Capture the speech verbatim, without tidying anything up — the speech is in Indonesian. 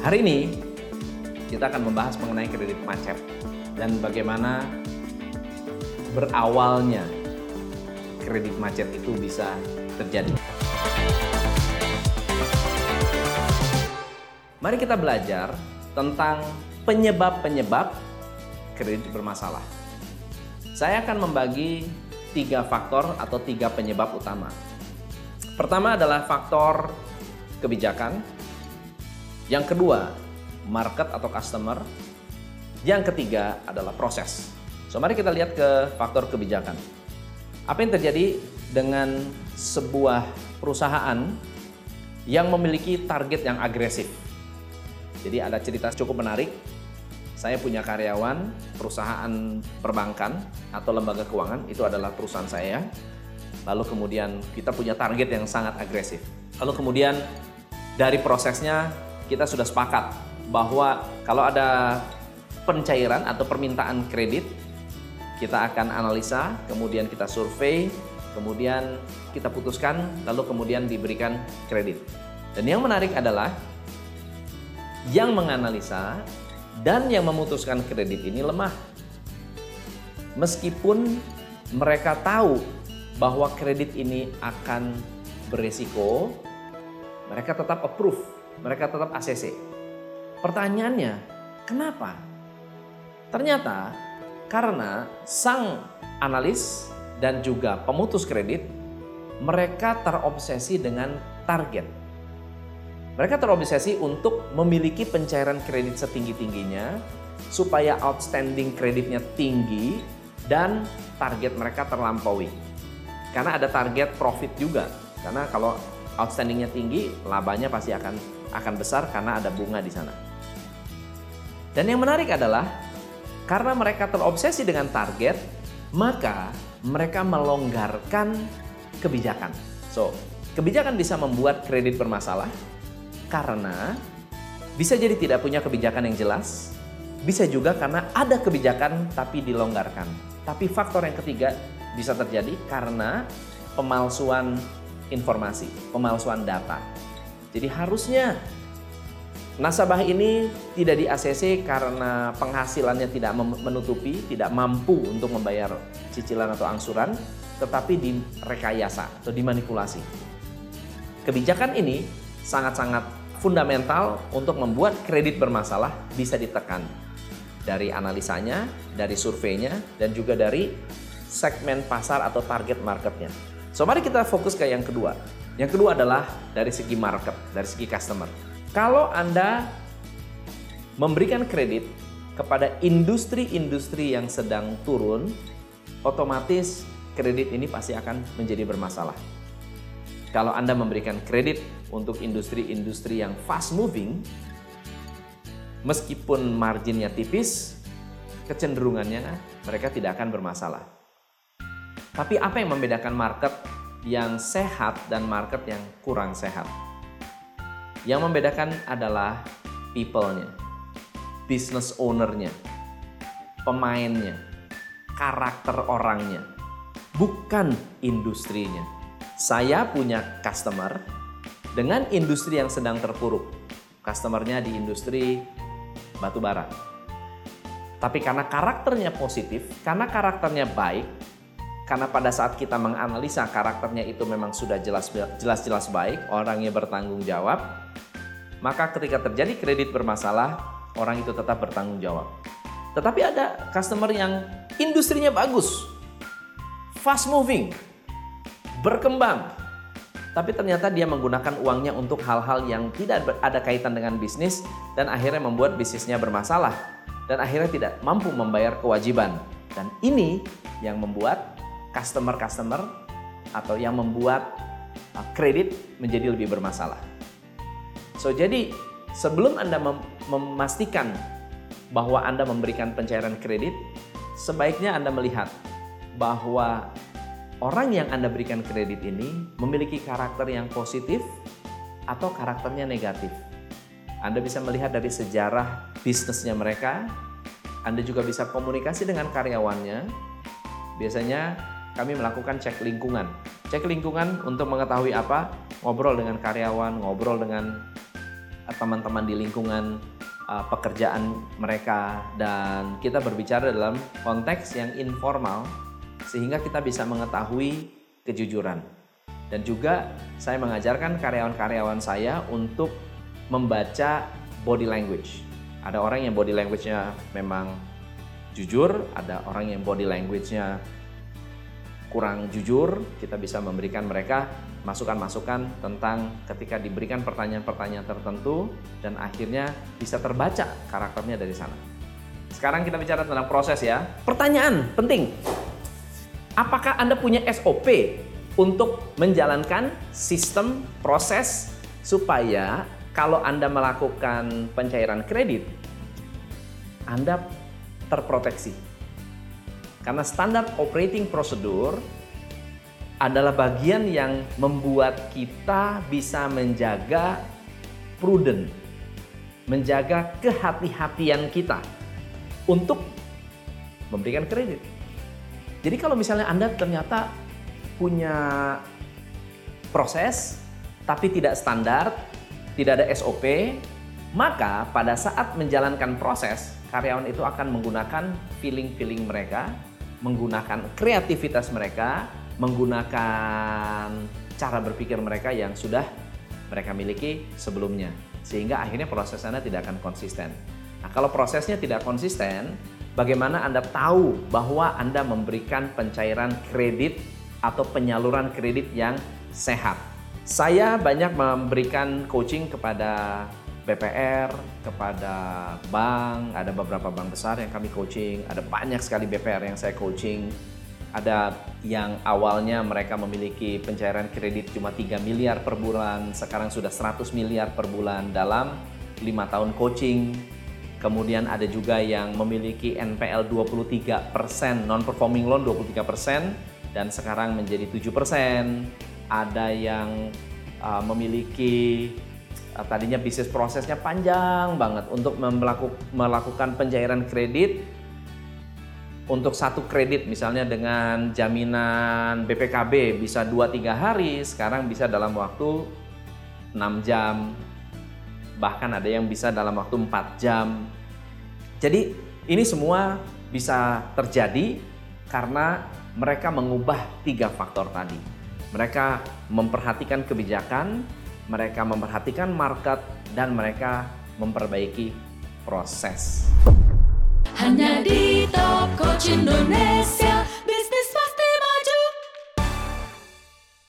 Hari ini kita akan membahas mengenai kredit macet dan bagaimana berawalnya kredit macet itu bisa terjadi. Mari kita belajar tentang penyebab-penyebab kredit bermasalah. Saya akan membagi tiga faktor atau tiga penyebab utama. Pertama adalah faktor kebijakan. Yang kedua, market atau customer. Yang ketiga adalah proses. So, mari kita lihat ke faktor kebijakan. Apa yang terjadi dengan sebuah perusahaan yang memiliki target yang agresif? Jadi ada cerita cukup menarik. Saya punya karyawan perusahaan perbankan atau lembaga keuangan, itu adalah perusahaan saya. Lalu kemudian kita punya target yang sangat agresif. Lalu kemudian dari prosesnya kita sudah sepakat bahwa kalau ada pencairan atau permintaan kredit, kita akan analisa, kemudian kita survei, kemudian kita putuskan, lalu kemudian diberikan kredit. Dan yang menarik adalah yang menganalisa dan yang memutuskan kredit ini lemah. Meskipun mereka tahu bahwa kredit ini akan beresiko, mereka tetap approve, mereka tetap A C C. Pertanyaannya, kenapa? Ternyata karena sang analis dan juga pemutus kredit, mereka terobsesi dengan target. Mereka terobsesi untuk memiliki pencairan kredit setinggi-tingginya, supaya outstanding kreditnya tinggi dan target mereka terlampaui. Karena ada target profit juga, karena kalau outstandingnya tinggi, labanya pasti akan akan besar karena ada bunga di sana. Dan yang menarik adalah karena mereka terobsesi dengan target, maka mereka melonggarkan kebijakan. So, kebijakan bisa membuat kredit bermasalah karena bisa jadi tidak punya kebijakan yang jelas, bisa juga karena ada kebijakan tapi dilonggarkan. Tapi faktor yang ketiga bisa terjadi karena pemalsuan informasi, pemalsuan data. Jadi harusnya nasabah ini tidak di A C C karena penghasilannya tidak menutupi, tidak mampu untuk membayar cicilan atau angsuran, tetapi direkayasa atau dimanipulasi. Kebijakan ini sangat-sangat fundamental untuk membuat kredit bermasalah bisa ditekan. Dari analisanya, dari surveinya, dan juga dari segmen pasar atau target marketnya. So, mari kita fokus ke yang kedua. Yang kedua adalah dari segi market, dari segi customer. Kalau Anda memberikan kredit kepada industri-industri yang sedang turun, otomatis kredit ini pasti akan menjadi bermasalah. Kalau Anda memberikan kredit untuk industri-industri yang fast moving, meskipun marginnya tipis, kecenderungannya mereka tidak akan bermasalah. Tapi apa yang membedakan market yang sehat dan market yang kurang sehat? Yang membedakan adalah people-nya, business owner-nya, pemainnya, karakter orangnya, bukan industrinya. Saya punya customer dengan industri yang sedang terpuruk. Customer-nya di industri batu bara. Tapi karena karakternya positif, karena karakternya baik, karena pada saat kita menganalisa karakternya itu memang sudah jelas-jelas baik, orangnya bertanggung jawab, maka ketika terjadi kredit bermasalah, orang itu tetap bertanggung jawab. Tetapi ada customer yang industrinya bagus, fast moving, berkembang, tapi ternyata dia menggunakan uangnya untuk hal-hal yang tidak ada kaitan dengan bisnis dan akhirnya membuat bisnisnya bermasalah dan akhirnya tidak mampu membayar kewajiban. Dan ini yang membuat customer-customer atau yang membuat kredit menjadi lebih bermasalah. So, jadi sebelum Anda mem- memastikan bahwa Anda memberikan pencairan kredit, sebaiknya Anda melihat bahwa orang yang Anda berikan kredit ini memiliki karakter yang positif atau karakternya negatif. Anda bisa melihat dari sejarah bisnisnya mereka. Anda juga bisa komunikasi dengan karyawannya. Biasanya kami melakukan cek lingkungan. Cek lingkungan untuk mengetahui apa? Ngobrol dengan karyawan, ngobrol dengan teman-teman di lingkungan uh, pekerjaan mereka, dan kita berbicara dalam konteks yang informal sehingga kita bisa mengetahui kejujuran. Dan juga saya mengajarkan karyawan-karyawan saya untuk membaca body language. Ada orang yang body language-nya memang jujur, ada orang yang body language-nya kurang jujur. Kita bisa memberikan mereka masukan-masukan tentang ketika diberikan pertanyaan-pertanyaan tertentu dan akhirnya bisa terbaca karakternya dari sana. Sekarang kita bicara tentang proses ya. Pertanyaan penting. Apakah Anda punya S O P untuk menjalankan sistem proses supaya kalau Anda melakukan pencairan kredit, Anda terproteksi? Karena standar operating procedure adalah bagian yang membuat kita bisa menjaga prudent, menjaga kehati-hatian kita untuk memberikan kredit. Jadi kalau misalnya Anda ternyata punya proses tapi tidak standar, tidak ada S O P, maka pada saat menjalankan proses, karyawan itu akan menggunakan feeling-feeling mereka, menggunakan kreativitas mereka, menggunakan cara berpikir mereka yang sudah mereka miliki sebelumnya. Sehingga akhirnya proses Anda tidak akan konsisten. Nah, kalau prosesnya tidak konsisten, bagaimana Anda tahu bahwa Anda memberikan pencairan kredit atau penyaluran kredit yang sehat? Saya banyak memberikan coaching kepada B P R, kepada bank, ada beberapa bank besar yang kami coaching, ada banyak sekali B P R yang saya coaching. Ada yang awalnya mereka memiliki pencairan kredit cuma tiga miliar per bulan, sekarang sudah seratus miliar per bulan dalam lima tahun coaching. Kemudian ada juga yang memiliki N P L dua puluh tiga persen, non-performing loan dua puluh tiga persen, dan sekarang menjadi tujuh persen. Ada yang uh, memiliki uh, tadinya bisnis prosesnya panjang banget untuk melaku, melakukan pencairan kredit. Untuk satu kredit misalnya dengan jaminan B P K B bisa dua tiga hari, sekarang bisa dalam waktu enam jam. Bahkan ada yang bisa dalam waktu empat jam. Jadi ini semua bisa terjadi karena mereka mengubah tiga faktor tadi. Mereka memperhatikan kebijakan, mereka memperhatikan market, dan mereka memperbaiki proses. Hanya di Top Coach Indonesia.